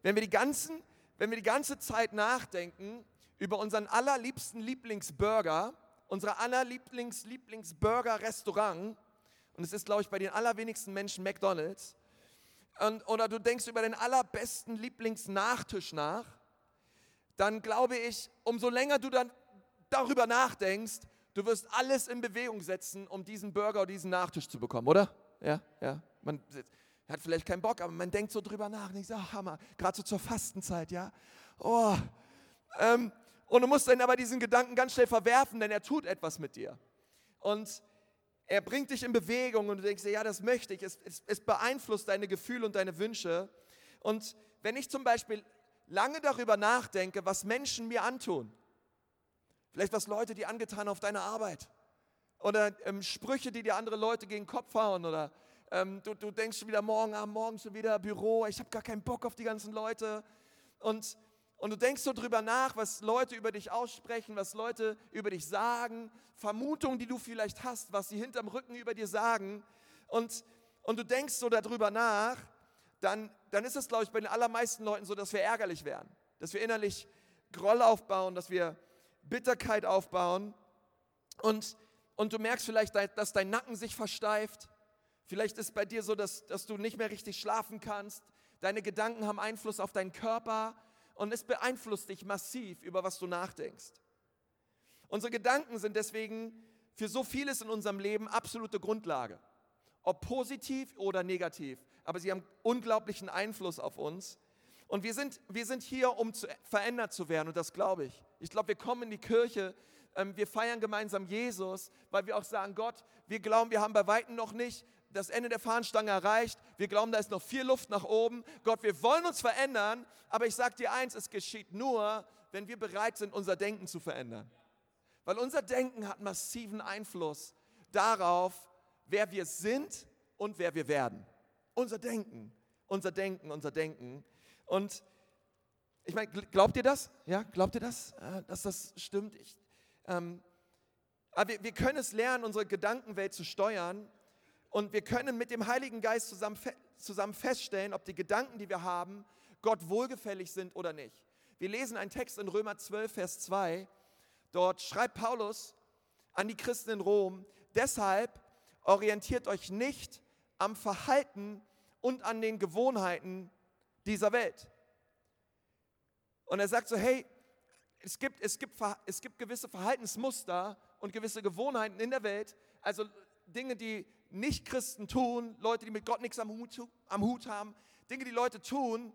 wenn wir die ganze Zeit nachdenken über unseren allerliebsten Lieblingsburger, unser Lieblingsburger-Restaurant, und es ist, glaube ich, bei den allerwenigsten Menschen McDonald's, oder du denkst über den allerbesten Lieblingsnachtisch nach, dann glaube ich, umso länger du dann darüber nachdenkst, du wirst alles in Bewegung setzen, um diesen Burger oder diesen Nachtisch zu bekommen, oder? Ja. Man hat vielleicht keinen Bock, aber man denkt so drüber nach und denkt, oh, Hammer, gerade so zur Fastenzeit, ja. Und du musst dann aber diesen Gedanken ganz schnell verwerfen, denn er tut etwas mit dir. Und er bringt dich in Bewegung und du denkst dir, ja, das möchte ich. Es beeinflusst deine Gefühle und deine Wünsche. Und wenn ich zum Beispiel lange darüber nachdenke, was Menschen mir antun, vielleicht was Leute dir angetan auf deiner Arbeit oder Sprüche, die dir andere Leute gegen den Kopf hauen oder du denkst schon wieder morgen schon wieder Büro, ich habe gar keinen Bock auf die ganzen Leute und du denkst so drüber nach, was Leute über dich aussprechen, was Leute über dich sagen, Vermutungen, die du vielleicht hast, was sie hinterm Rücken über dir sagen und du denkst so darüber nach, dann ist es, glaube ich, bei den allermeisten Leuten so, dass wir ärgerlich werden, dass wir innerlich Groll aufbauen, dass wir Bitterkeit aufbauen und du merkst vielleicht, dass dein Nacken sich versteift. Vielleicht ist es bei dir so, dass du nicht mehr richtig schlafen kannst. Deine Gedanken haben Einfluss auf deinen Körper und es beeinflusst dich massiv, über was du nachdenkst. Unsere Gedanken sind deswegen für so vieles in unserem Leben absolute Grundlage. Ob positiv oder negativ, aber sie haben unglaublichen Einfluss auf uns. Und wir sind hier, um verändert zu werden und das glaube ich. Ich glaube, wir kommen in die Kirche, wir feiern gemeinsam Jesus, weil wir auch sagen, Gott, wir glauben, wir haben bei Weitem noch nicht das Ende der Fahnenstange erreicht. Wir glauben, da ist noch viel Luft nach oben. Gott, wir wollen uns verändern, aber ich sage dir eins, es geschieht nur, wenn wir bereit sind, unser Denken zu verändern. Weil unser Denken hat massiven Einfluss darauf, wer wir sind und wer wir werden. Unser Denken. Und ich meine, glaubt ihr das? Ja, glaubt ihr das, dass das stimmt? Aber wir können es lernen, unsere Gedankenwelt zu steuern und wir können mit dem Heiligen Geist zusammen feststellen, ob die Gedanken, die wir haben, Gott wohlgefällig sind oder nicht. Wir lesen einen Text in Römer 12, Vers 2. Dort schreibt Paulus an die Christen in Rom, deshalb orientiert euch nicht am Verhalten und an den Gewohnheiten dieser Welt. Und er sagt so, hey, es gibt gewisse Verhaltensmuster und gewisse Gewohnheiten in der Welt, also Dinge, die Nicht-Christen tun, Leute, die mit Gott nichts am Hut haben, Dinge, die Leute tun,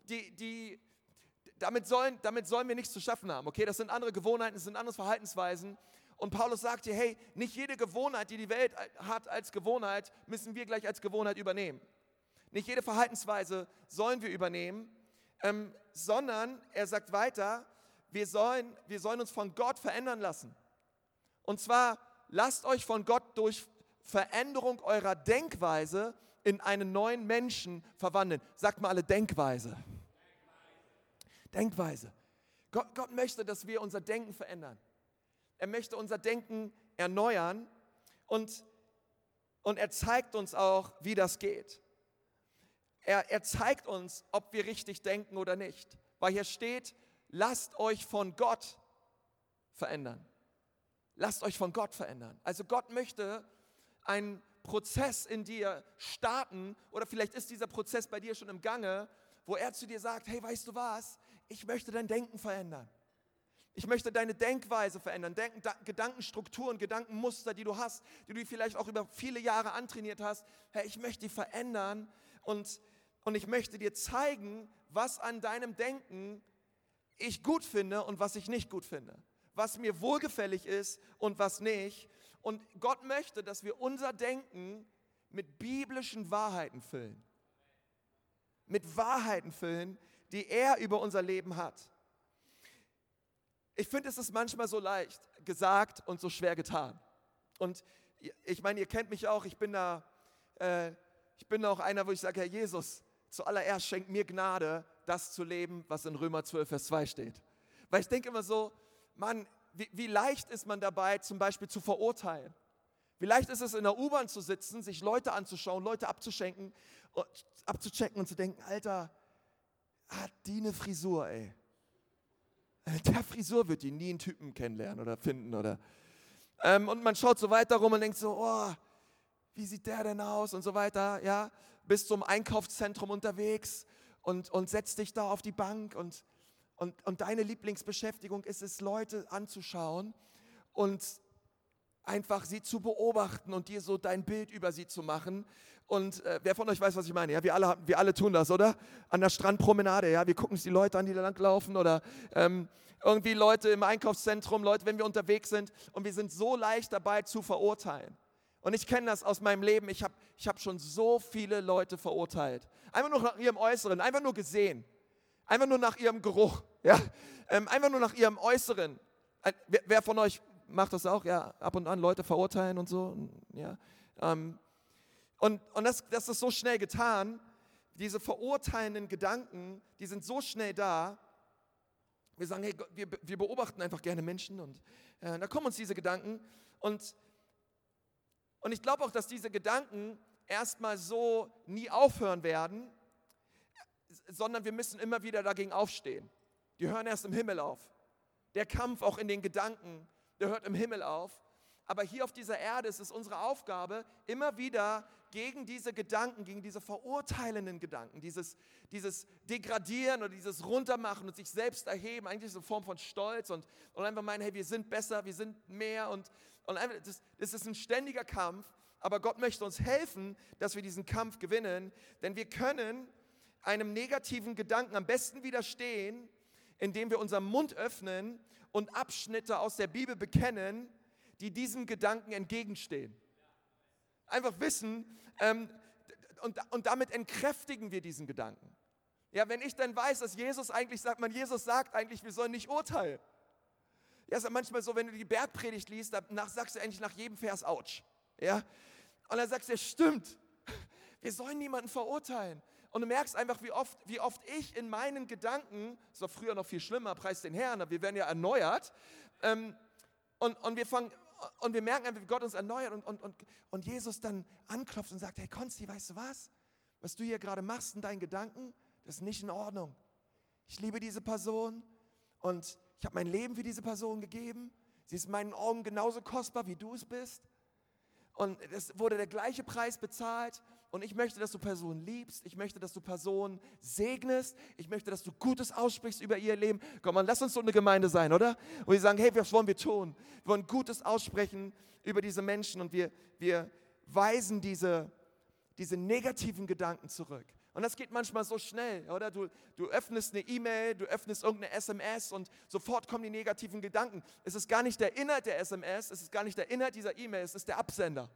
damit sollen wir nichts zu schaffen haben, okay? Das sind andere Gewohnheiten, das sind andere Verhaltensweisen. Und Paulus sagt hier, hey, nicht jede Gewohnheit, die die Welt hat als Gewohnheit, müssen wir gleich als Gewohnheit übernehmen. Nicht jede Verhaltensweise sollen wir übernehmen, sondern er sagt weiter, wir sollen uns von Gott verändern lassen. Und zwar, lasst euch von Gott durch Veränderung eurer Denkweise in einen neuen Menschen verwandeln. Sagt mal alle Denkweise. Denkweise. Gott möchte, dass wir unser Denken verändern. Er möchte unser Denken erneuern und er zeigt uns auch, wie das geht. Er zeigt uns, ob wir richtig denken oder nicht. Weil hier steht, lasst euch von Gott verändern. Lasst euch von Gott verändern. Also Gott möchte einen Prozess in dir starten oder vielleicht ist dieser Prozess bei dir schon im Gange, wo er zu dir sagt, hey, weißt du was, ich möchte dein Denken verändern. Ich möchte deine Denkweise verändern, Gedankenstrukturen, Gedankenmuster, die du hast, die du vielleicht auch über viele Jahre antrainiert hast. Hey, ich möchte die verändern und ich möchte dir zeigen, was an deinem Denken ich gut finde und was ich nicht gut finde. Was mir wohlgefällig ist und was nicht. Und Gott möchte, dass wir unser Denken mit biblischen Wahrheiten füllen. Mit Wahrheiten füllen, die er über unser Leben hat. Ich finde, es ist manchmal so leicht gesagt und so schwer getan. Und ich meine, ihr kennt mich auch, ich bin da auch einer, wo ich sage, Herr Jesus, zuallererst schenkt mir Gnade, das zu leben, was in Römer 12, Vers 2 steht. Weil ich denke immer so, Mann, wie leicht ist man dabei, zum Beispiel zu verurteilen? Wie leicht ist es, in der U-Bahn zu sitzen, sich Leute anzuschauen, Leute abzuchecken und zu denken, Alter, hat die eine Frisur, ey. Mit der Frisur wird die nie einen Typen kennenlernen oder finden. Und man schaut so weiter rum und denkt so, oh, wie sieht der denn aus und so weiter. Ja? Bist zum Einkaufszentrum unterwegs und setzt dich da auf die Bank und deine Lieblingsbeschäftigung ist es, Leute anzuschauen und einfach sie zu beobachten und dir so dein Bild über sie zu machen. Und wer von euch weiß, was ich meine? Ja, wir alle tun das, oder? An der Strandpromenade, ja, wir gucken uns die Leute an, die da langlaufen oder irgendwie Leute im Einkaufszentrum, Leute, wenn wir unterwegs sind und wir sind so leicht dabei zu verurteilen. Und ich kenne das aus meinem Leben, ich hab schon so viele Leute verurteilt. Einfach nur nach ihrem Äußeren, einfach nur gesehen. Einfach nur nach ihrem Geruch, ja? Einfach nur nach ihrem Äußeren. Wer von euch macht das auch? Ja, ab und an Leute verurteilen und so. Ja. Und das ist so schnell getan. Diese verurteilenden Gedanken, die sind so schnell da. Wir sagen, hey, wir beobachten einfach gerne Menschen und da kommen uns diese Gedanken. Und ich glaube auch, dass diese Gedanken erstmal so nie aufhören werden, sondern wir müssen immer wieder dagegen aufstehen. Die hören erst im Himmel auf. Der Kampf auch in den Gedanken, der hört im Himmel auf. Aber hier auf dieser Erde ist es unsere Aufgabe, immer wieder gegen diese Gedanken, gegen diese verurteilenden Gedanken, dieses Degradieren oder dieses Runtermachen und sich selbst erheben, eigentlich so eine Form von Stolz und einfach meinen, hey, wir sind besser, wir sind mehr und einfach, das ist ein ständiger Kampf, aber Gott möchte uns helfen, dass wir diesen Kampf gewinnen, denn wir können einem negativen Gedanken am besten widerstehen, indem wir unseren Mund öffnen und Abschnitte aus der Bibel bekennen, die diesem Gedanken entgegenstehen. Einfach wissen, und damit entkräftigen wir diesen Gedanken. Ja, wenn ich dann weiß, dass Jesus sagt eigentlich, wir sollen nicht urteilen. Ja, ist ja manchmal so, wenn du die Bergpredigt liest, danach sagst du eigentlich nach jedem Vers, ouch. Ja? Und dann sagst du, stimmt, wir sollen niemanden verurteilen. Und du merkst einfach, wie oft ich in meinen Gedanken, das war früher noch viel schlimmer, preis den Herrn, aber wir werden ja erneuert, und wir merken einfach, wie Gott uns erneuert und Jesus dann anklopft und sagt, hey Konsti, weißt du was? Was du hier gerade machst in deinen Gedanken, das ist nicht in Ordnung. Ich liebe diese Person und ich habe mein Leben für diese Person gegeben. Sie ist in meinen Augen genauso kostbar, wie du es bist. Und es wurde der gleiche Preis bezahlt. Und ich möchte, dass du Personen liebst. Ich möchte, dass du Personen segnest. Ich möchte, dass du Gutes aussprichst über ihr Leben. Komm mal, lass uns so eine Gemeinde sein, oder? Und wir sagen, hey, was wollen wir tun? Wir wollen Gutes aussprechen über diese Menschen und wir weisen diese negativen Gedanken zurück. Und das geht manchmal so schnell, oder? Du öffnest eine E-Mail, du öffnest irgendeine SMS und sofort kommen die negativen Gedanken. Es ist gar nicht der Inhalt der SMS, es ist gar nicht der Inhalt dieser E-Mail, es ist der Absender.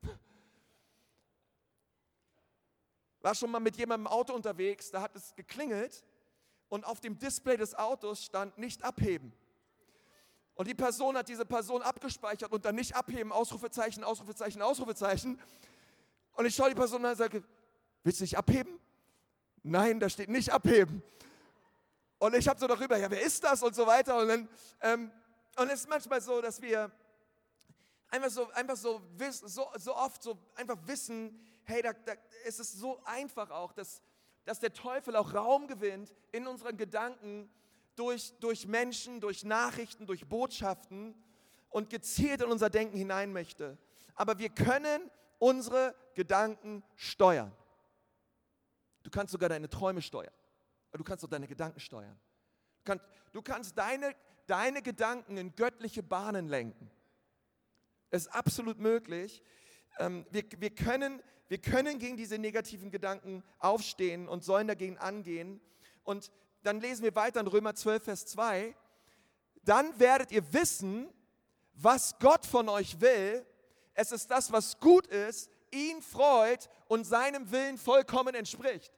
War schon mal mit jemandem im Auto unterwegs, da hat es geklingelt und auf dem Display des Autos stand nicht abheben. Und die Person hat diese Person abgespeichert und dann nicht abheben, Ausrufezeichen, Ausrufezeichen, Ausrufezeichen. Und ich schaue die Person an und sage, willst du nicht abheben? Nein, da steht nicht abheben. Und ich habe so darüber, ja, wer ist das und so weiter. Und dann, und es ist manchmal so, dass wir einfach so oft so einfach wissen, hey, da ist es so einfach auch, dass der Teufel auch Raum gewinnt in unseren Gedanken durch Menschen, durch Nachrichten, durch Botschaften und gezielt in unser Denken hinein möchte. Aber wir können unsere Gedanken steuern. Du kannst sogar deine Träume steuern. Du kannst auch deine Gedanken steuern. Du kannst deine Gedanken in göttliche Bahnen lenken. Es ist absolut möglich. Wir können gegen diese negativen Gedanken aufstehen und sollen dagegen angehen. Und dann lesen wir weiter in Römer 12, Vers 2. Dann werdet ihr wissen, was Gott von euch will. Es ist das, was gut ist, ihn freut und seinem Willen vollkommen entspricht.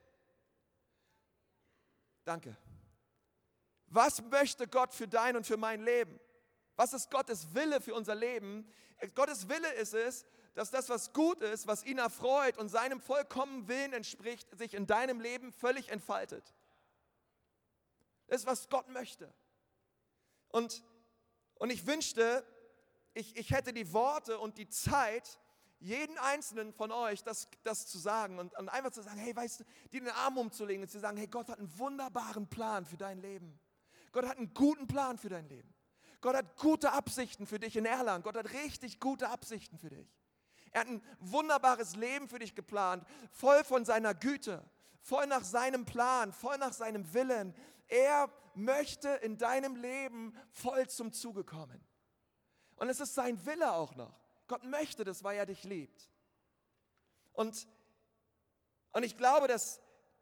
Danke. Was möchte Gott für dein und für mein Leben? Was ist Gottes Wille für unser Leben? Gottes Wille ist es, dass das, was gut ist, was ihn erfreut und seinem vollkommenen Willen entspricht, sich in deinem Leben völlig entfaltet. Das ist, was Gott möchte. Und ich wünschte, ich hätte die Worte und die Zeit, jeden einzelnen von euch das zu sagen und einfach zu sagen, hey, weißt du, dir den Arm umzulegen und zu sagen, hey, Gott hat einen wunderbaren Plan für dein Leben. Gott hat einen guten Plan für dein Leben. Gott hat gute Absichten für dich in Erlangen. Gott hat richtig gute Absichten für dich. Er hat ein wunderbares Leben für dich geplant, voll von seiner Güte, voll nach seinem Plan, voll nach seinem Willen. Er möchte in deinem Leben voll zum Zuge kommen. Und es ist sein Wille auch noch. Gott möchte das, weil er dich liebt. Und ich glaube, dass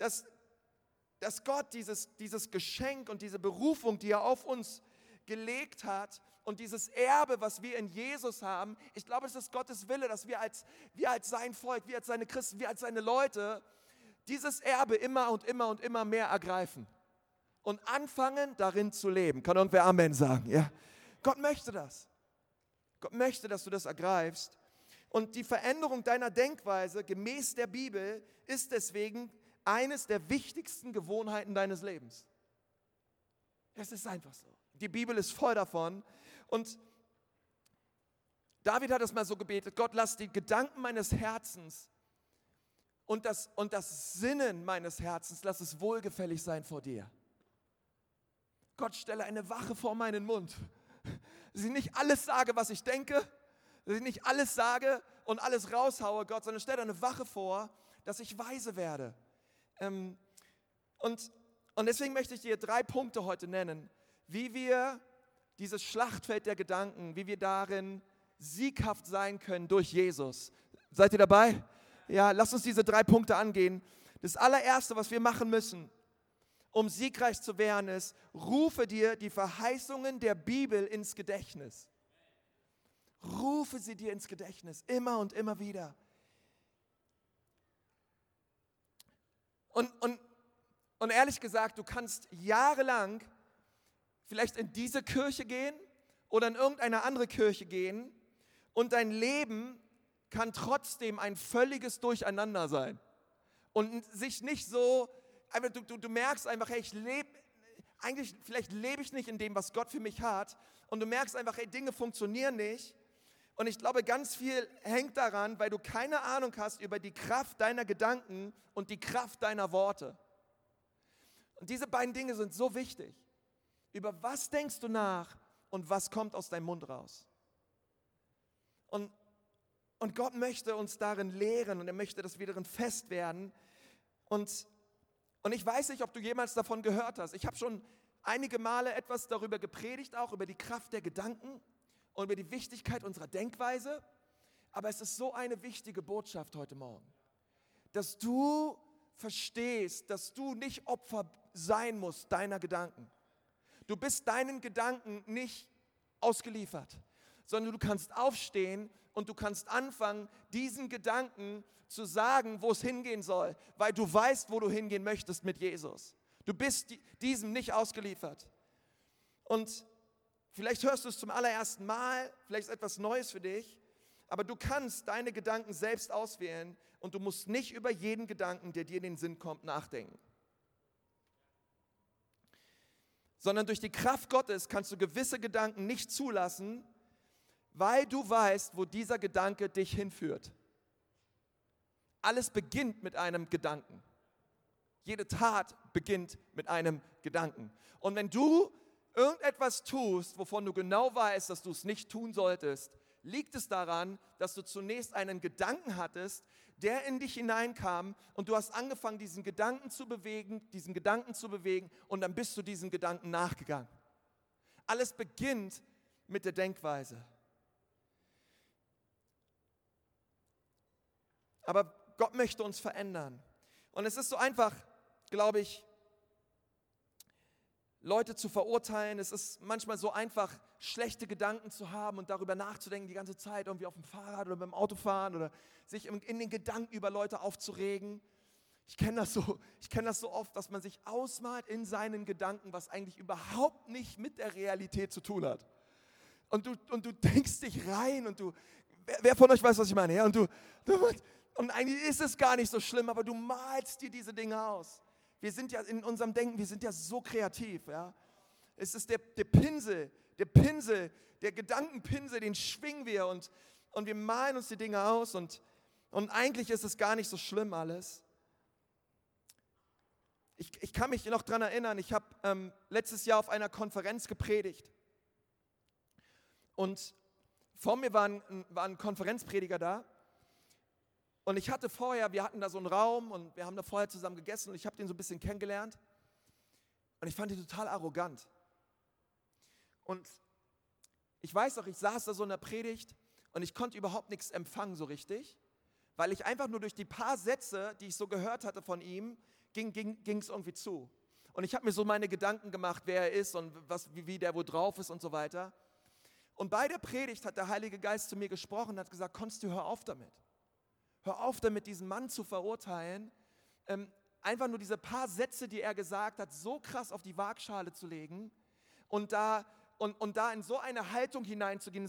Gott dieses Geschenk und diese Berufung, die er auf uns gelegt hat und dieses Erbe, was wir in Jesus haben, ich glaube, es ist Gottes Wille, dass wir als sein Volk, wir als seine Christen, wir als seine Leute dieses Erbe immer und immer und immer mehr ergreifen und anfangen, darin zu leben. Kann irgendwer Amen sagen? Ja? Gott möchte das. Gott möchte, dass du das ergreifst. Und die Veränderung deiner Denkweise gemäß der Bibel ist deswegen eines der wichtigsten Gewohnheiten deines Lebens. Es ist einfach so. Die Bibel ist voll davon. Und David hat es mal so gebetet: Gott, lass die Gedanken meines Herzens und das Sinnen meines Herzens, lass es wohlgefällig sein vor dir. Gott, stelle eine Wache vor meinen Mund, dass ich nicht alles sage, was ich denke, dass ich nicht alles sage und alles raushaue, Gott, sondern stelle eine Wache vor, dass ich weise werde. Und deswegen möchte ich dir 3 Punkte heute nennen, wie wir dieses Schlachtfeld der Gedanken, wie wir darin sieghaft sein können durch Jesus. Seid ihr dabei? Ja, lasst uns diese 3 Punkte angehen. Das allererste, was wir machen müssen, um siegreich zu werden, ist: rufe dir die Verheißungen der Bibel ins Gedächtnis. Rufe sie dir ins Gedächtnis, immer und immer wieder. Und ehrlich gesagt, du kannst jahrelang vielleicht in diese Kirche gehen oder in irgendeine andere Kirche gehen und dein Leben kann trotzdem ein völliges Durcheinander sein. Und sich nicht so, einfach, du merkst einfach, hey, vielleicht lebe ich nicht in dem, was Gott für mich hat. Und du merkst einfach, hey, Dinge funktionieren nicht. Und ich glaube, ganz viel hängt daran, weil du keine Ahnung hast über die Kraft deiner Gedanken und die Kraft deiner Worte. Und diese beiden Dinge sind so wichtig. Über was denkst du nach und was kommt aus deinem Mund raus? Und Gott möchte uns darin lehren und er möchte, dass wir darin fest werden. Und ich weiß nicht, ob du jemals davon gehört hast. Ich habe schon einige Male etwas darüber gepredigt, auch über die Kraft der Gedanken und über die Wichtigkeit unserer Denkweise. Aber es ist so eine wichtige Botschaft heute Morgen, dass du verstehst, dass du nicht Opfer sein musst deiner Gedanken. Du bist deinen Gedanken nicht ausgeliefert, sondern du kannst aufstehen und du kannst anfangen, diesen Gedanken zu sagen, wo es hingehen soll, weil du weißt, wo du hingehen möchtest mit Jesus. Du bist diesem nicht ausgeliefert. Und vielleicht hörst du es zum allerersten Mal, vielleicht ist etwas Neues für dich, aber du kannst deine Gedanken selbst auswählen und du musst nicht über jeden Gedanken, der dir in den Sinn kommt, nachdenken. Sondern durch die Kraft Gottes kannst du gewisse Gedanken nicht zulassen, weil du weißt, wo dieser Gedanke dich hinführt. Alles beginnt mit einem Gedanken. Jede Tat beginnt mit einem Gedanken. Und wenn du irgendetwas tust, wovon du genau weißt, dass du es nicht tun solltest, liegt es daran, dass du zunächst einen Gedanken hattest, der in dich hineinkam und du hast angefangen, diesen Gedanken zu bewegen und dann bist du diesem Gedanken nachgegangen. Alles beginnt mit der Denkweise. Aber Gott möchte uns verändern. Und es ist so einfach, glaube ich, Leute zu verurteilen. Es ist manchmal so einfach, schlechte Gedanken zu haben und darüber nachzudenken die ganze Zeit, irgendwie auf dem Fahrrad oder beim Autofahren oder sich in den Gedanken über Leute aufzuregen. Ich kenne das so oft, dass man sich ausmalt in seinen Gedanken, was eigentlich überhaupt nicht mit der Realität zu tun hat. Und du denkst dich rein und wer von euch weiß, was ich meine? Ja? Und eigentlich ist es gar nicht so schlimm, aber du malst dir diese Dinge aus. Wir sind ja in unserem Denken, wir sind ja so kreativ. Ja? Es ist der Pinsel, der Gedankenpinsel, den schwingen wir und und wir malen uns die Dinge aus und eigentlich ist es gar nicht so schlimm alles. Ich kann mich noch daran erinnern, ich habe letztes Jahr auf einer Konferenz gepredigt und vor mir war ein Konferenzprediger da und wir hatten da so einen Raum und wir haben da vorher zusammen gegessen und ich habe den so ein bisschen kennengelernt und ich fand ihn total arrogant. Und ich weiß auch, ich saß da so in der Predigt und ich konnte überhaupt nichts empfangen so richtig, weil ich einfach nur durch die paar Sätze, die ich so gehört hatte von ihm, ging es irgendwie zu. Und ich habe mir so meine Gedanken gemacht, wer er ist und wie der wo drauf ist und so weiter. Und bei der Predigt hat der Heilige Geist zu mir gesprochen und hat gesagt, Konsti, hör auf damit. Hör auf damit, diesen Mann zu verurteilen. Einfach nur diese paar Sätze, die er gesagt hat, so krass auf die Waagschale zu legen und da in so eine Haltung hineinzugehen,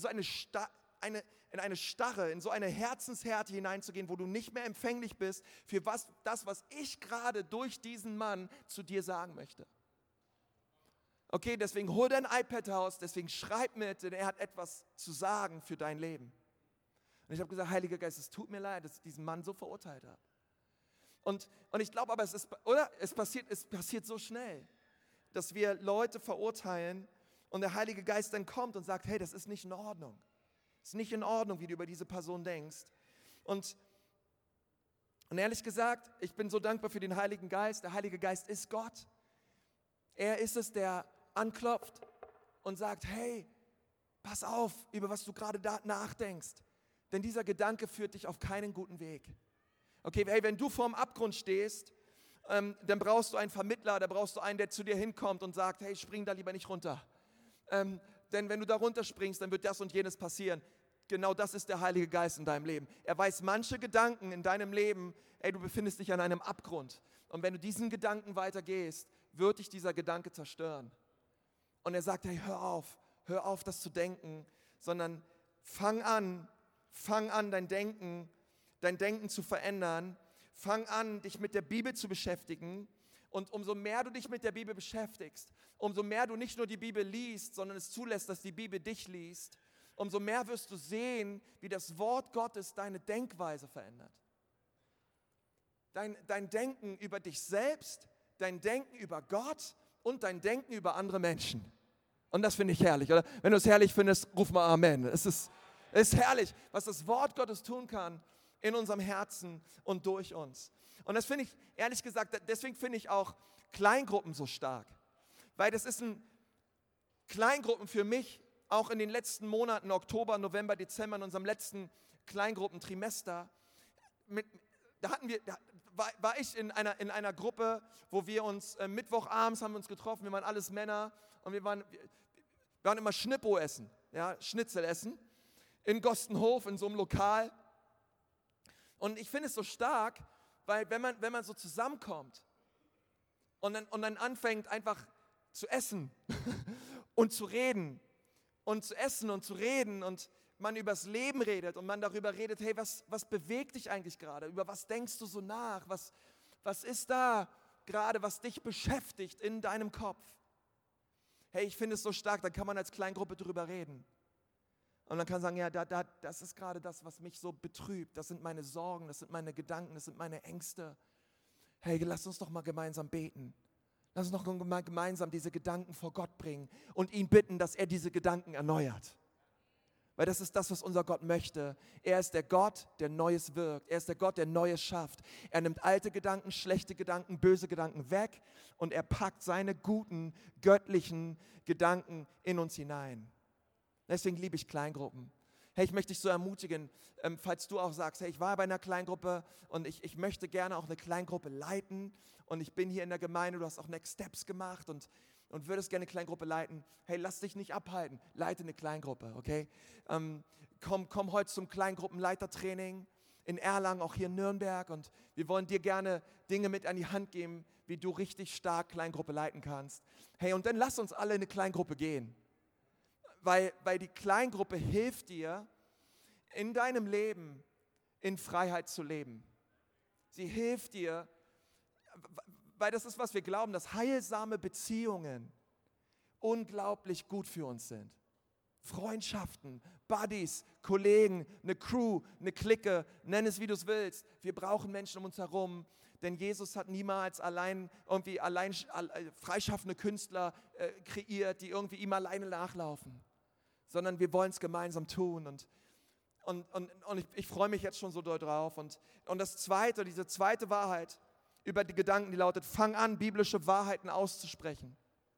in eine Starre, in so eine Herzenshärte hineinzugehen, wo du nicht mehr empfänglich bist für das, was ich gerade durch diesen Mann zu dir sagen möchte. Okay, deswegen hol dein iPad raus, deswegen schreib mit, denn er hat etwas zu sagen für dein Leben. Und ich habe gesagt, Heiliger Geist, es tut mir leid, dass ich diesen Mann so verurteilt habe. Und ich glaube aber, es passiert so schnell, dass wir Leute verurteilen und der Heilige Geist dann kommt und sagt, hey, das ist nicht in Ordnung. Es ist nicht in Ordnung, wie du über diese Person denkst. Und ehrlich gesagt, ich bin so dankbar für den Heiligen Geist. Der Heilige Geist ist Gott. Er ist es, der anklopft und sagt, hey, pass auf, über was du gerade nachdenkst. Denn dieser Gedanke führt dich auf keinen guten Weg. Okay, hey, wenn du vorm Abgrund stehst, dann brauchst du einen Vermittler, da brauchst du einen, der zu dir hinkommt und sagt, hey, spring da lieber nicht runter. Denn wenn du da runterspringst, dann wird das und jenes passieren. Genau das ist der Heilige Geist in deinem Leben. Er weiß manche Gedanken in deinem Leben, ey, du befindest dich an einem Abgrund. Und wenn du diesen Gedanken weitergehst, wird dich dieser Gedanke zerstören. Und er sagt, hey, hör auf, das zu denken, sondern fang an, dein Denken zu verändern. Fang an, dich mit der Bibel zu beschäftigen. Und umso mehr du dich mit der Bibel beschäftigst, umso mehr du nicht nur die Bibel liest, sondern es zulässt, dass die Bibel dich liest, umso mehr wirst du sehen, wie das Wort Gottes deine Denkweise verändert. Dein Denken über dich selbst, dein Denken über Gott und dein Denken über andere Menschen. Und das finde ich herrlich, oder? Wenn du es herrlich findest, ruf mal Amen. Es ist herrlich, was das Wort Gottes tun kann in unserem Herzen und durch uns. Und das finde ich, ehrlich gesagt, deswegen finde ich auch Kleingruppen so stark. Weil Kleingruppen für mich, auch in den letzten Monaten, Oktober, November, Dezember, in unserem letzten Kleingruppentrimester, war ich in einer Gruppe, wo wir uns Mittwochabends haben wir uns getroffen, wir waren alles Männer und wir waren immer Schnippo essen, ja, Schnitzel essen, in Gostenhof, in so einem Lokal. Und ich finde es so stark, weil wenn man so zusammenkommt und dann anfängt einfach zu essen und zu reden und zu essen und zu reden und man übers Leben redet und man darüber redet, hey, was bewegt dich eigentlich gerade? Über was denkst du so nach? Was ist da gerade, was dich beschäftigt in deinem Kopf? Hey, ich finde es so stark, da kann man als Kleingruppe drüber reden. Und man kann sagen, ja, das ist gerade das, was mich so betrübt. Das sind meine Sorgen, das sind meine Gedanken, das sind meine Ängste. Hey, lass uns doch mal gemeinsam beten. Lass uns doch mal gemeinsam diese Gedanken vor Gott bringen und ihn bitten, dass er diese Gedanken erneuert. Weil das ist das, was unser Gott möchte. Er ist der Gott, der Neues wirkt. Er ist der Gott, der Neues schafft. Er nimmt alte Gedanken, schlechte Gedanken, böse Gedanken weg und er packt seine guten, göttlichen Gedanken in uns hinein. Deswegen liebe ich Kleingruppen. Hey, ich möchte dich so ermutigen, falls du auch sagst, hey, ich war bei einer Kleingruppe und ich möchte gerne auch eine Kleingruppe leiten und ich bin hier in der Gemeinde, du hast auch Next Steps gemacht und würdest gerne eine Kleingruppe leiten. Hey, lass dich nicht abhalten, leite eine Kleingruppe, okay? Komm heute zum Kleingruppenleitertraining in Erlangen, auch hier in Nürnberg und wir wollen dir gerne Dinge mit an die Hand geben, wie du richtig stark Kleingruppe leiten kannst. Hey, und dann lass uns alle in eine Kleingruppe gehen. Weil die Kleingruppe hilft dir, in deinem Leben in Freiheit zu leben. Sie hilft dir, weil das ist, was wir glauben, dass heilsame Beziehungen unglaublich gut für uns sind. Freundschaften, Buddies, Kollegen, eine Crew, eine Clique, nenn es wie du es willst. Wir brauchen Menschen um uns herum, denn Jesus hat niemals freischaffende Künstler kreiert, die irgendwie ihm alleine nachlaufen, sondern wir wollen es gemeinsam tun und ich freue mich jetzt schon so doll drauf. Und diese zweite Wahrheit über die Gedanken, die lautet, fang an, biblische Wahrheiten auszusprechen.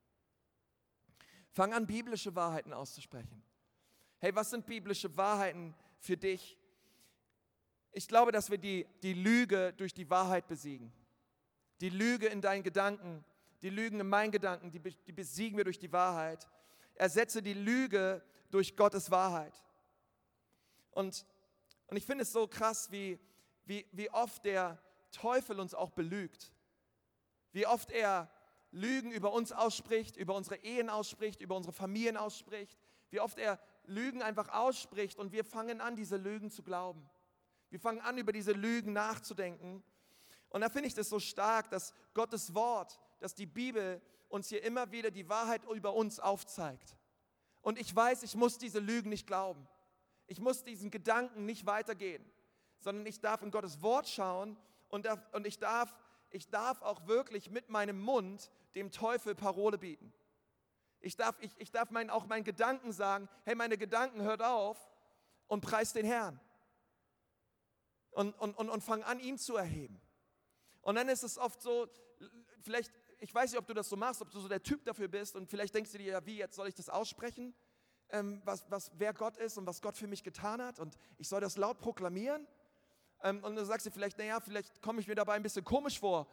Fang an, biblische Wahrheiten auszusprechen. Hey, was sind biblische Wahrheiten für dich? Ich glaube, dass wir die Lüge durch die Wahrheit besiegen. Die Lüge in deinen Gedanken, die Lügen in meinen Gedanken, die besiegen wir durch die Wahrheit. Ersetze die Lüge durch Gottes Wahrheit. Und ich finde es so krass, wie oft der Teufel uns auch belügt. Wie oft er Lügen über uns ausspricht, über unsere Ehen ausspricht, über unsere Familien ausspricht. Wie oft er Lügen einfach ausspricht und wir fangen an, diese Lügen zu glauben. Wir fangen an, über diese Lügen nachzudenken. Und da finde ich das so stark, dass Gottes Wort, dass die Bibel uns hier immer wieder die Wahrheit über uns aufzeigt. Und ich weiß, ich muss diese Lügen nicht glauben. Ich muss diesen Gedanken nicht weitergehen, sondern ich darf in Gottes Wort schauen und ich darf auch wirklich mit meinem Mund dem Teufel Parole bieten. Ich darf auch meinen Gedanken sagen, hey, meine Gedanken, hört auf und preist den Herrn. Und fang an, ihn zu erheben. Und dann ist es oft so, vielleicht, ich weiß nicht, ob du das so machst, ob du so der Typ dafür bist und vielleicht denkst du dir, ja, wie, jetzt soll ich das aussprechen, wer Gott ist und was Gott für mich getan hat und ich soll das laut proklamieren. Und du sagst dir vielleicht, naja, vielleicht komme ich mir dabei ein bisschen komisch vor,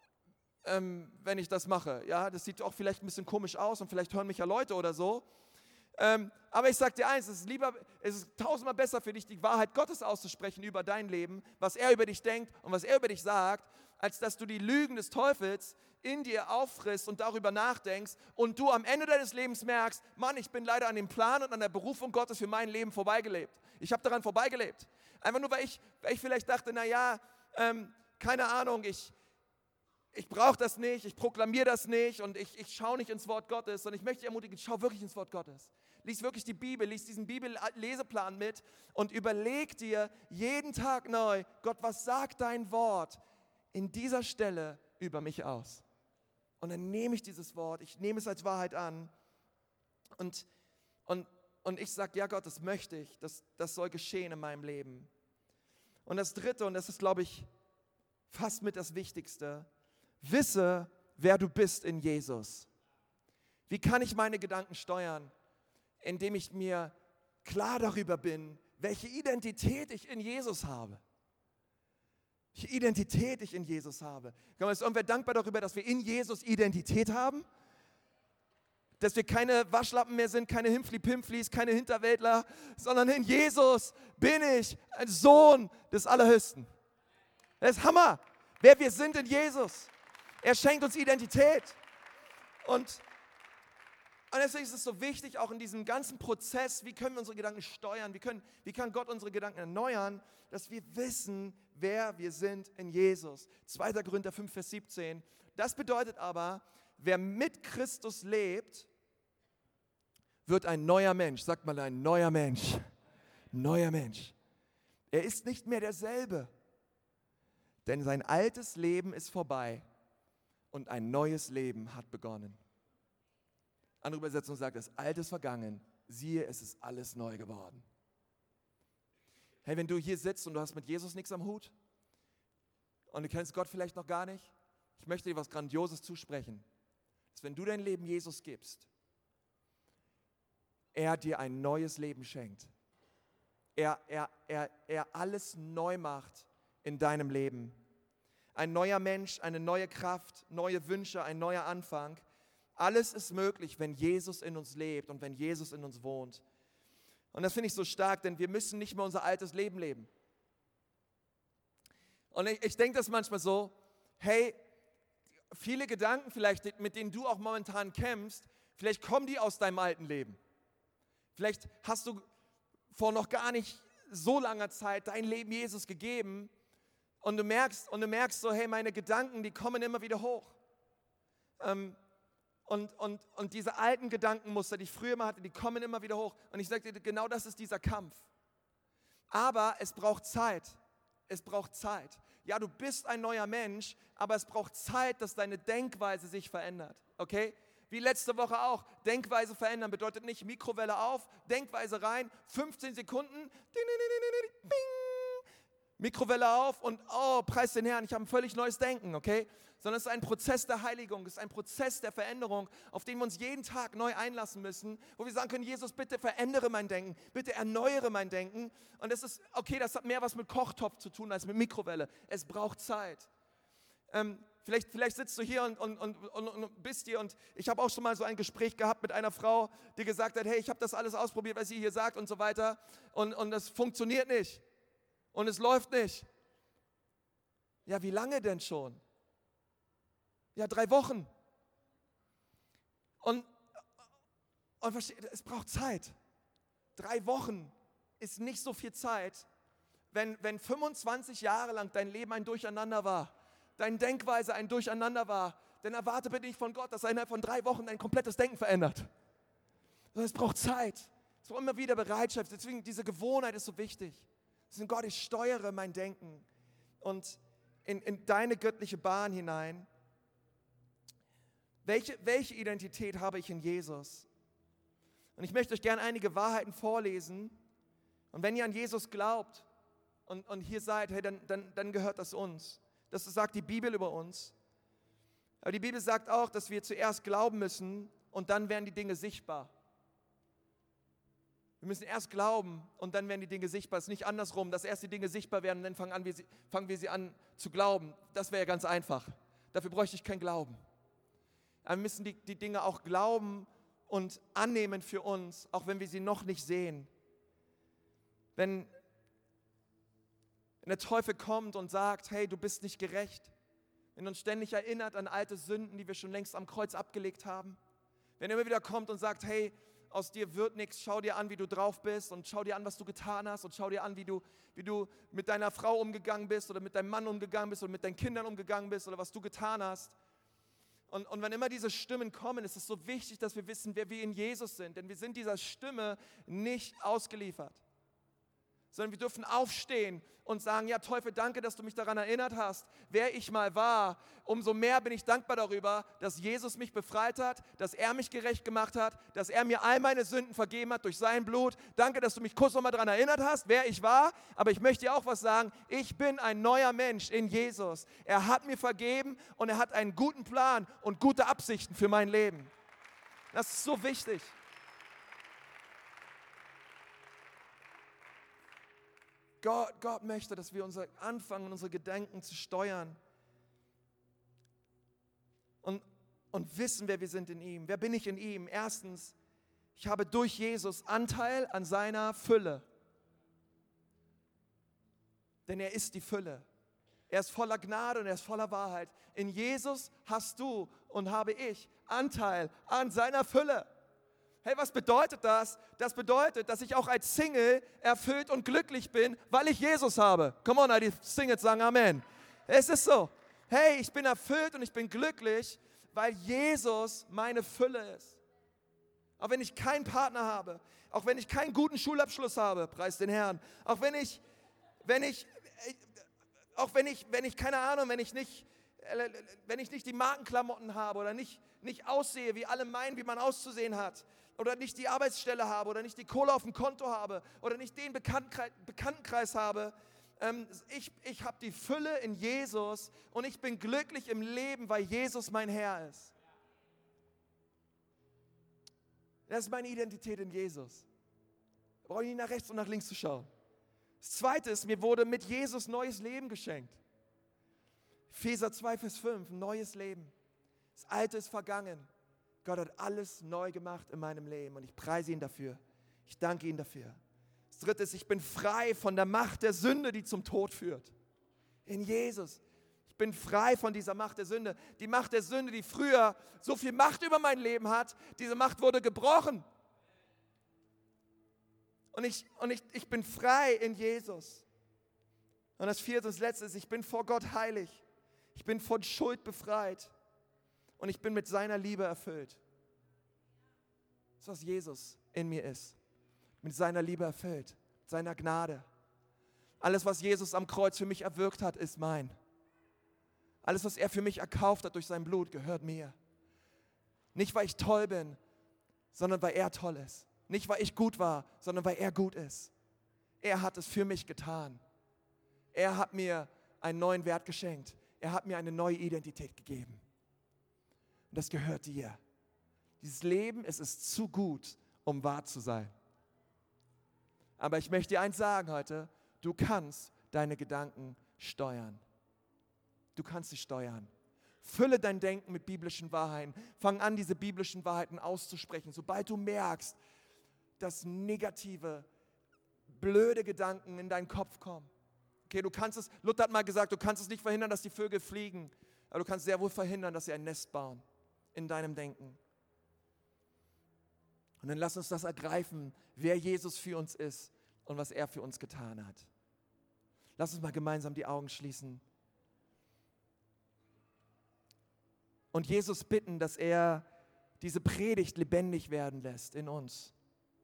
wenn ich das mache. Ja, das sieht auch vielleicht ein bisschen komisch aus und vielleicht hören mich ja Leute oder so. Aber ich sage dir eins, es ist tausendmal besser für dich, die Wahrheit Gottes auszusprechen über dein Leben, was er über dich denkt und was er über dich sagt, als dass du die Lügen des Teufels in dir auffrisst und darüber nachdenkst und du am Ende deines Lebens merkst, Mann, ich bin leider an dem Plan und an der Berufung Gottes für mein Leben vorbeigelebt. Ich habe daran vorbeigelebt. Einfach nur, weil ich vielleicht dachte, naja, keine Ahnung, ich brauche das nicht, ich proklamiere das nicht und ich schaue nicht ins Wort Gottes, sondern ich möchte dich ermutigen, schau wirklich ins Wort Gottes. Lies wirklich die Bibel, lies diesen Bibelleseplan mit und überleg dir jeden Tag neu, Gott, was sagt dein Wort in dieser Stelle über mich aus? Und dann nehme ich dieses Wort, ich nehme es als Wahrheit an und ich sage, ja Gott, das möchte ich, das soll geschehen in meinem Leben. Und das Dritte, und das ist, glaube ich, fast mit das Wichtigste, wisse, wer du bist in Jesus. Wie kann ich meine Gedanken steuern? Indem ich mir klar darüber bin, welche Identität ich in Jesus habe. Welche Identität ich in Jesus habe. Ist irgendwer dankbar darüber, dass wir in Jesus Identität haben? Dass wir keine Waschlappen mehr sind, keine Himpfli-Pimpflis, keine Hinterwäldler, sondern in Jesus bin ich ein Sohn des Allerhöchsten. Das ist Hammer, wer wir sind in Jesus. Er schenkt uns Identität. Und deswegen ist es so wichtig, auch in diesem ganzen Prozess, wie können wir unsere Gedanken steuern, wie kann Gott unsere Gedanken erneuern, dass wir wissen, wer wir sind in Jesus. 2. Korinther 5, Vers 17. Das bedeutet aber, wer mit Christus lebt, wird ein neuer Mensch. Sagt mal, ein neuer Mensch. Neuer Mensch. Er ist nicht mehr derselbe, denn sein altes Leben ist vorbei und ein neues Leben hat begonnen. Andere Übersetzung sagt, das Alte ist vergangen, siehe, es ist alles neu geworden. Hey, wenn du hier sitzt und du hast mit Jesus nichts am Hut und du kennst Gott vielleicht noch gar nicht, ich möchte dir was Grandioses zusprechen, dass wenn du dein Leben Jesus gibst, er dir ein neues Leben schenkt. Er alles neu macht in deinem Leben. Ein neuer Mensch, eine neue Kraft, neue Wünsche, ein neuer Anfang. Alles ist möglich, wenn Jesus in uns lebt und wenn Jesus in uns wohnt. Und das finde ich so stark, denn wir müssen nicht mehr unser altes Leben leben. Und ich denke das manchmal so, hey, viele Gedanken vielleicht, mit denen du auch momentan kämpfst, vielleicht kommen die aus deinem alten Leben. Vielleicht hast du vor noch gar nicht so langer Zeit dein Leben Jesus gegeben und du merkst so, hey, meine Gedanken, die kommen immer wieder hoch. Und diese alten Gedankenmuster, die ich früher mal hatte, die kommen immer wieder hoch. Und ich sage dir, genau das ist dieser Kampf. Aber es braucht Zeit. Es braucht Zeit. Ja, du bist ein neuer Mensch, aber es braucht Zeit, dass deine Denkweise sich verändert. Okay? Wie letzte Woche auch. Denkweise verändern bedeutet nicht Mikrowelle auf, Denkweise rein, 15 Sekunden, ding, ding, ding, ding, bing, Mikrowelle auf und preis den Herrn, ich habe ein völlig neues Denken, okay? Sondern es ist ein Prozess der Heiligung, es ist ein Prozess der Veränderung, auf den wir uns jeden Tag neu einlassen müssen, wo wir sagen können, Jesus, bitte verändere mein Denken, bitte erneuere mein Denken. Und das ist, okay, das hat mehr was mit Kochtopf zu tun als mit Mikrowelle. Es braucht Zeit. Vielleicht sitzt du hier und bist hier und ich habe auch schon mal so ein Gespräch gehabt mit einer Frau, die gesagt hat, hey, ich habe das alles ausprobiert, was sie hier sagt und so weiter und das funktioniert nicht und es läuft nicht. Ja, wie lange denn schon? Ja, 3 Wochen. Und es braucht Zeit. 3 Wochen ist nicht so viel Zeit, wenn 25 Jahre lang dein Leben ein Durcheinander war, deine Denkweise ein Durcheinander war, dann erwarte bitte nicht von Gott, dass er innerhalb von 3 Wochen dein komplettes Denken verändert. Es braucht Zeit. Es braucht immer wieder Bereitschaft. Deswegen diese Gewohnheit ist so wichtig. Deswegen, Gott, ich steuere mein Denken und in deine göttliche Bahn hinein. Welche Identität habe ich in Jesus? Und ich möchte euch gerne einige Wahrheiten vorlesen. Und wenn ihr an Jesus glaubt und hier seid, hey, dann gehört das uns. Das sagt die Bibel über uns. Aber die Bibel sagt auch, dass wir zuerst glauben müssen und dann werden die Dinge sichtbar. Wir müssen erst glauben und dann werden die Dinge sichtbar. Es ist nicht andersrum, dass erst die Dinge sichtbar werden und dann fangen wir sie an zu glauben. Das wäre ja ganz einfach. Dafür bräuchte ich keinen Glauben. Aber wir müssen die Dinge auch glauben und annehmen für uns, auch wenn wir sie noch nicht sehen. Wenn der Teufel kommt und sagt, hey, du bist nicht gerecht, wenn er uns ständig erinnert an alte Sünden, die wir schon längst am Kreuz abgelegt haben, wenn er immer wieder kommt und sagt, hey, aus dir wird nichts, schau dir an, wie du drauf bist und schau dir an, was du getan hast und schau dir an, wie du mit deiner Frau umgegangen bist oder mit deinem Mann umgegangen bist oder mit deinen Kindern umgegangen bist oder was du getan hast. Und wenn immer diese Stimmen kommen, ist es so wichtig, dass wir wissen, wer wir in Jesus sind, denn wir sind dieser Stimme nicht ausgeliefert. Sondern wir dürfen aufstehen und sagen, ja Teufel, danke, dass du mich daran erinnert hast, wer ich mal war. Umso mehr bin ich dankbar darüber, dass Jesus mich befreit hat, dass er mich gerecht gemacht hat, dass er mir all meine Sünden vergeben hat durch sein Blut. Danke, dass du mich kurz nochmal daran erinnert hast, wer ich war. Aber ich möchte dir auch was sagen, ich bin ein neuer Mensch in Jesus. Er hat mir vergeben und er hat einen guten Plan und gute Absichten für mein Leben. Das ist so wichtig. Gott möchte, dass wir anfangen, unsere Gedanken zu steuern und wissen, wer wir sind in ihm. Wer bin ich in ihm? Erstens, ich habe durch Jesus Anteil an seiner Fülle. Denn er ist die Fülle. Er ist voller Gnade und er ist voller Wahrheit. In Jesus hast du und habe ich Anteil an seiner Fülle. Hey, was bedeutet das? Das bedeutet, dass ich auch als Single erfüllt und glücklich bin, weil ich Jesus habe. Come on, die Singles sagen Amen. Es ist so. Hey, ich bin erfüllt und ich bin glücklich, weil Jesus meine Fülle ist. Auch wenn ich keinen Partner habe, auch wenn ich keinen guten Schulabschluss habe, preis den Herrn. Auch wenn ich keine Ahnung, wenn ich nicht die Markenklamotten habe oder nicht aussehe, wie alle meinen, wie man auszusehen hat, oder nicht die Arbeitsstelle habe oder nicht die Kohle auf dem Konto habe oder nicht den Bekanntenkreis habe. Ich habe die Fülle in Jesus und ich bin glücklich im Leben, weil Jesus mein Herr ist. Das ist meine Identität in Jesus. Da brauche ich nicht nach rechts und nach links zu schauen. Das Zweite ist, mir wurde mit Jesus neues Leben geschenkt. Epheser 2, Vers 5, neues Leben. Das Alte ist vergangen. Gott hat alles neu gemacht in meinem Leben und ich preise ihn dafür. Ich danke ihm dafür. Das Dritte ist, ich bin frei von der Macht der Sünde, die zum Tod führt. In Jesus. Ich bin frei von dieser Macht der Sünde. Die Macht der Sünde, die früher so viel Macht über mein Leben hat, diese Macht wurde gebrochen. Und ich bin frei in Jesus. Und das Vierte und das Letzte ist, ich bin vor Gott heilig. Ich bin von Schuld befreit und ich bin mit seiner Liebe erfüllt. Das ist, was Jesus in mir ist. Mit seiner Liebe erfüllt, mit seiner Gnade. Alles, was Jesus am Kreuz für mich erwirkt hat, ist mein. Alles, was er für mich erkauft hat durch sein Blut, gehört mir. Nicht, weil ich toll bin, sondern weil er toll ist. Nicht, weil ich gut war, sondern weil er gut ist. Er hat es für mich getan. Er hat mir einen neuen Wert geschenkt. Er hat mir eine neue Identität gegeben. Und das gehört dir. Dieses Leben, es ist zu gut, um wahr zu sein. Aber ich möchte dir eins sagen heute, du kannst deine Gedanken steuern. Du kannst sie steuern. Fülle dein Denken mit biblischen Wahrheiten. Fang an, diese biblischen Wahrheiten auszusprechen. Sobald du merkst, dass negative, blöde Gedanken in deinen Kopf kommen. Okay, du kannst es, Luther hat mal gesagt, du kannst es nicht verhindern, dass die Vögel fliegen, aber du kannst sehr wohl verhindern, dass sie ein Nest bauen in deinem Denken. Und dann lass uns das ergreifen, wer Jesus für uns ist und was er für uns getan hat. Lass uns mal gemeinsam die Augen schließen. Und Jesus bitten, dass er diese Predigt lebendig werden lässt in uns.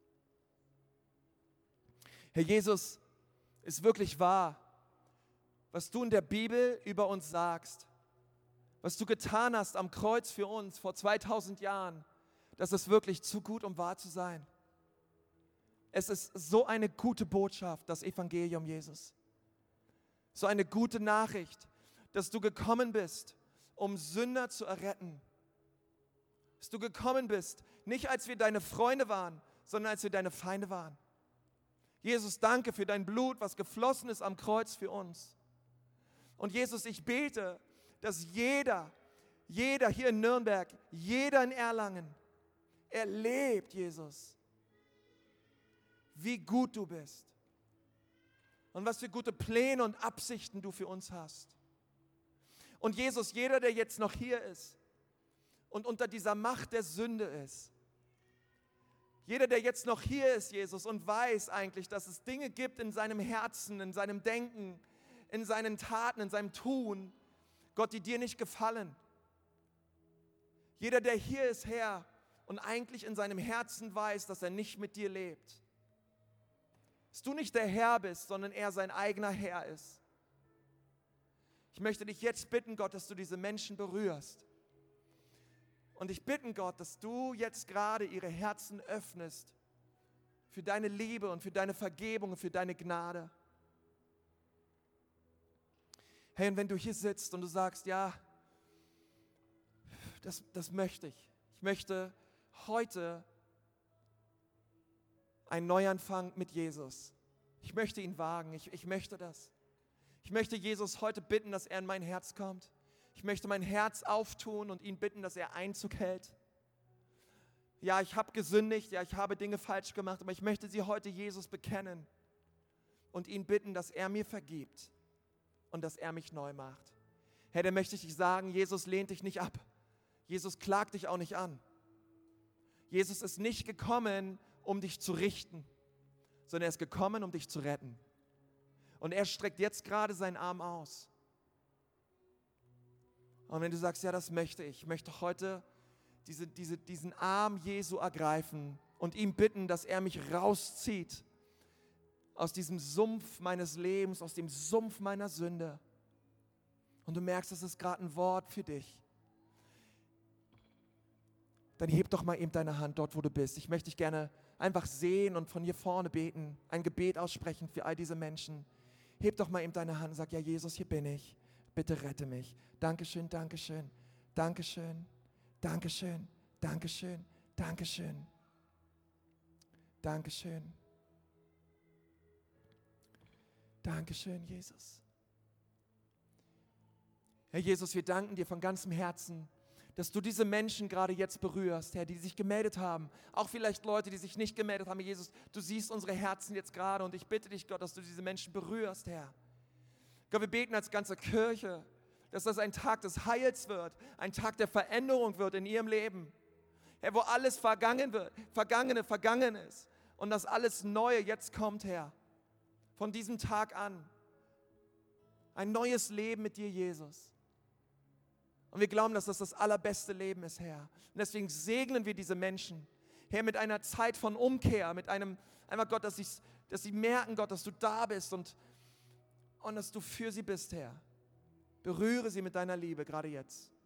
Herr Jesus, ist wirklich wahr, was du in der Bibel über uns sagst, was du getan hast am Kreuz für uns vor 2000 Jahren, das ist wirklich zu gut, um wahr zu sein. Es ist so eine gute Botschaft, das Evangelium, Jesus. So eine gute Nachricht, dass du gekommen bist, um Sünder zu erretten. Dass du gekommen bist, nicht als wir deine Freunde waren, sondern als wir deine Feinde waren. Jesus, danke für dein Blut, was geflossen ist am Kreuz für uns. Und Jesus, ich bete, dass jeder hier in Nürnberg, jeder in Erlangen, erlebt, Jesus, wie gut du bist und was für gute Pläne und Absichten du für uns hast. Und Jesus, jeder, der jetzt noch hier ist und unter dieser Macht der Sünde ist, jeder, der jetzt noch hier ist, Jesus, und weiß eigentlich, dass es Dinge gibt in seinem Herzen, in seinem Denken, in seinen Taten, in seinem Tun, Gott, die dir nicht gefallen. Jeder, der hier ist, Herr, und eigentlich in seinem Herzen weiß, dass er nicht mit dir lebt. Dass du nicht der Herr bist, sondern er sein eigener Herr ist. Ich möchte dich jetzt bitten, Gott, dass du diese Menschen berührst. Und ich bitte, Gott, dass du jetzt gerade ihre Herzen öffnest für deine Liebe und für deine Vergebung und für deine Gnade. Hey, und wenn du hier sitzt und du sagst, ja, das möchte ich. Ich möchte heute einen Neuanfang mit Jesus. Ich möchte ihn wagen. Ich möchte das. Ich möchte Jesus heute bitten, dass er in mein Herz kommt. Ich möchte mein Herz auftun und ihn bitten, dass er Einzug hält. Ja, ich habe gesündigt, ja, ich habe Dinge falsch gemacht, aber ich möchte sie heute Jesus bekennen und ihn bitten, dass er mir vergibt und dass er mich neu macht. Herr, dann möchte ich dich sagen, Jesus lehnt dich nicht ab. Jesus klagt dich auch nicht an. Jesus ist nicht gekommen, um dich zu richten, sondern er ist gekommen, um dich zu retten. Und er streckt jetzt gerade seinen Arm aus. Und wenn du sagst, ja, das möchte ich möchte heute diesen Arm Jesu ergreifen und ihm bitten, dass er mich rauszieht aus diesem Sumpf meines Lebens, aus dem Sumpf meiner Sünde. Und du merkst, das ist gerade ein Wort für dich. Dann heb doch mal eben deine Hand dort, wo du bist. Ich möchte dich gerne einfach sehen und von hier vorne beten, ein Gebet aussprechen für all diese Menschen. Heb doch mal eben deine Hand und sag, ja Jesus, hier bin ich. Bitte rette mich. Dankeschön, Dankeschön, Dankeschön, Dankeschön, Dankeschön, Dankeschön, Dankeschön. Dankeschön, Jesus. Herr Jesus, wir danken dir von ganzem Herzen, dass du diese Menschen gerade jetzt berührst, Herr, die sich gemeldet haben. Auch vielleicht Leute, die sich nicht gemeldet haben. Jesus, du siehst unsere Herzen jetzt gerade und ich bitte dich, Gott, dass du diese Menschen berührst, Herr. Gott, wir beten als ganze Kirche, dass das ein Tag des Heils wird, ein Tag der Veränderung wird in ihrem Leben. Herr, wo alles vergangen ist und dass alles Neue jetzt kommt, Herr. Von diesem Tag an. Ein neues Leben mit dir, Jesus. Und wir glauben, dass das das allerbeste Leben ist, Herr. Und deswegen segnen wir diese Menschen. Herr, mit einer Zeit von Umkehr, mit einem, einfach Gott, dass sie merken, Gott, dass du da bist und dass du für sie bist, Herr. Berühre sie mit deiner Liebe, gerade jetzt.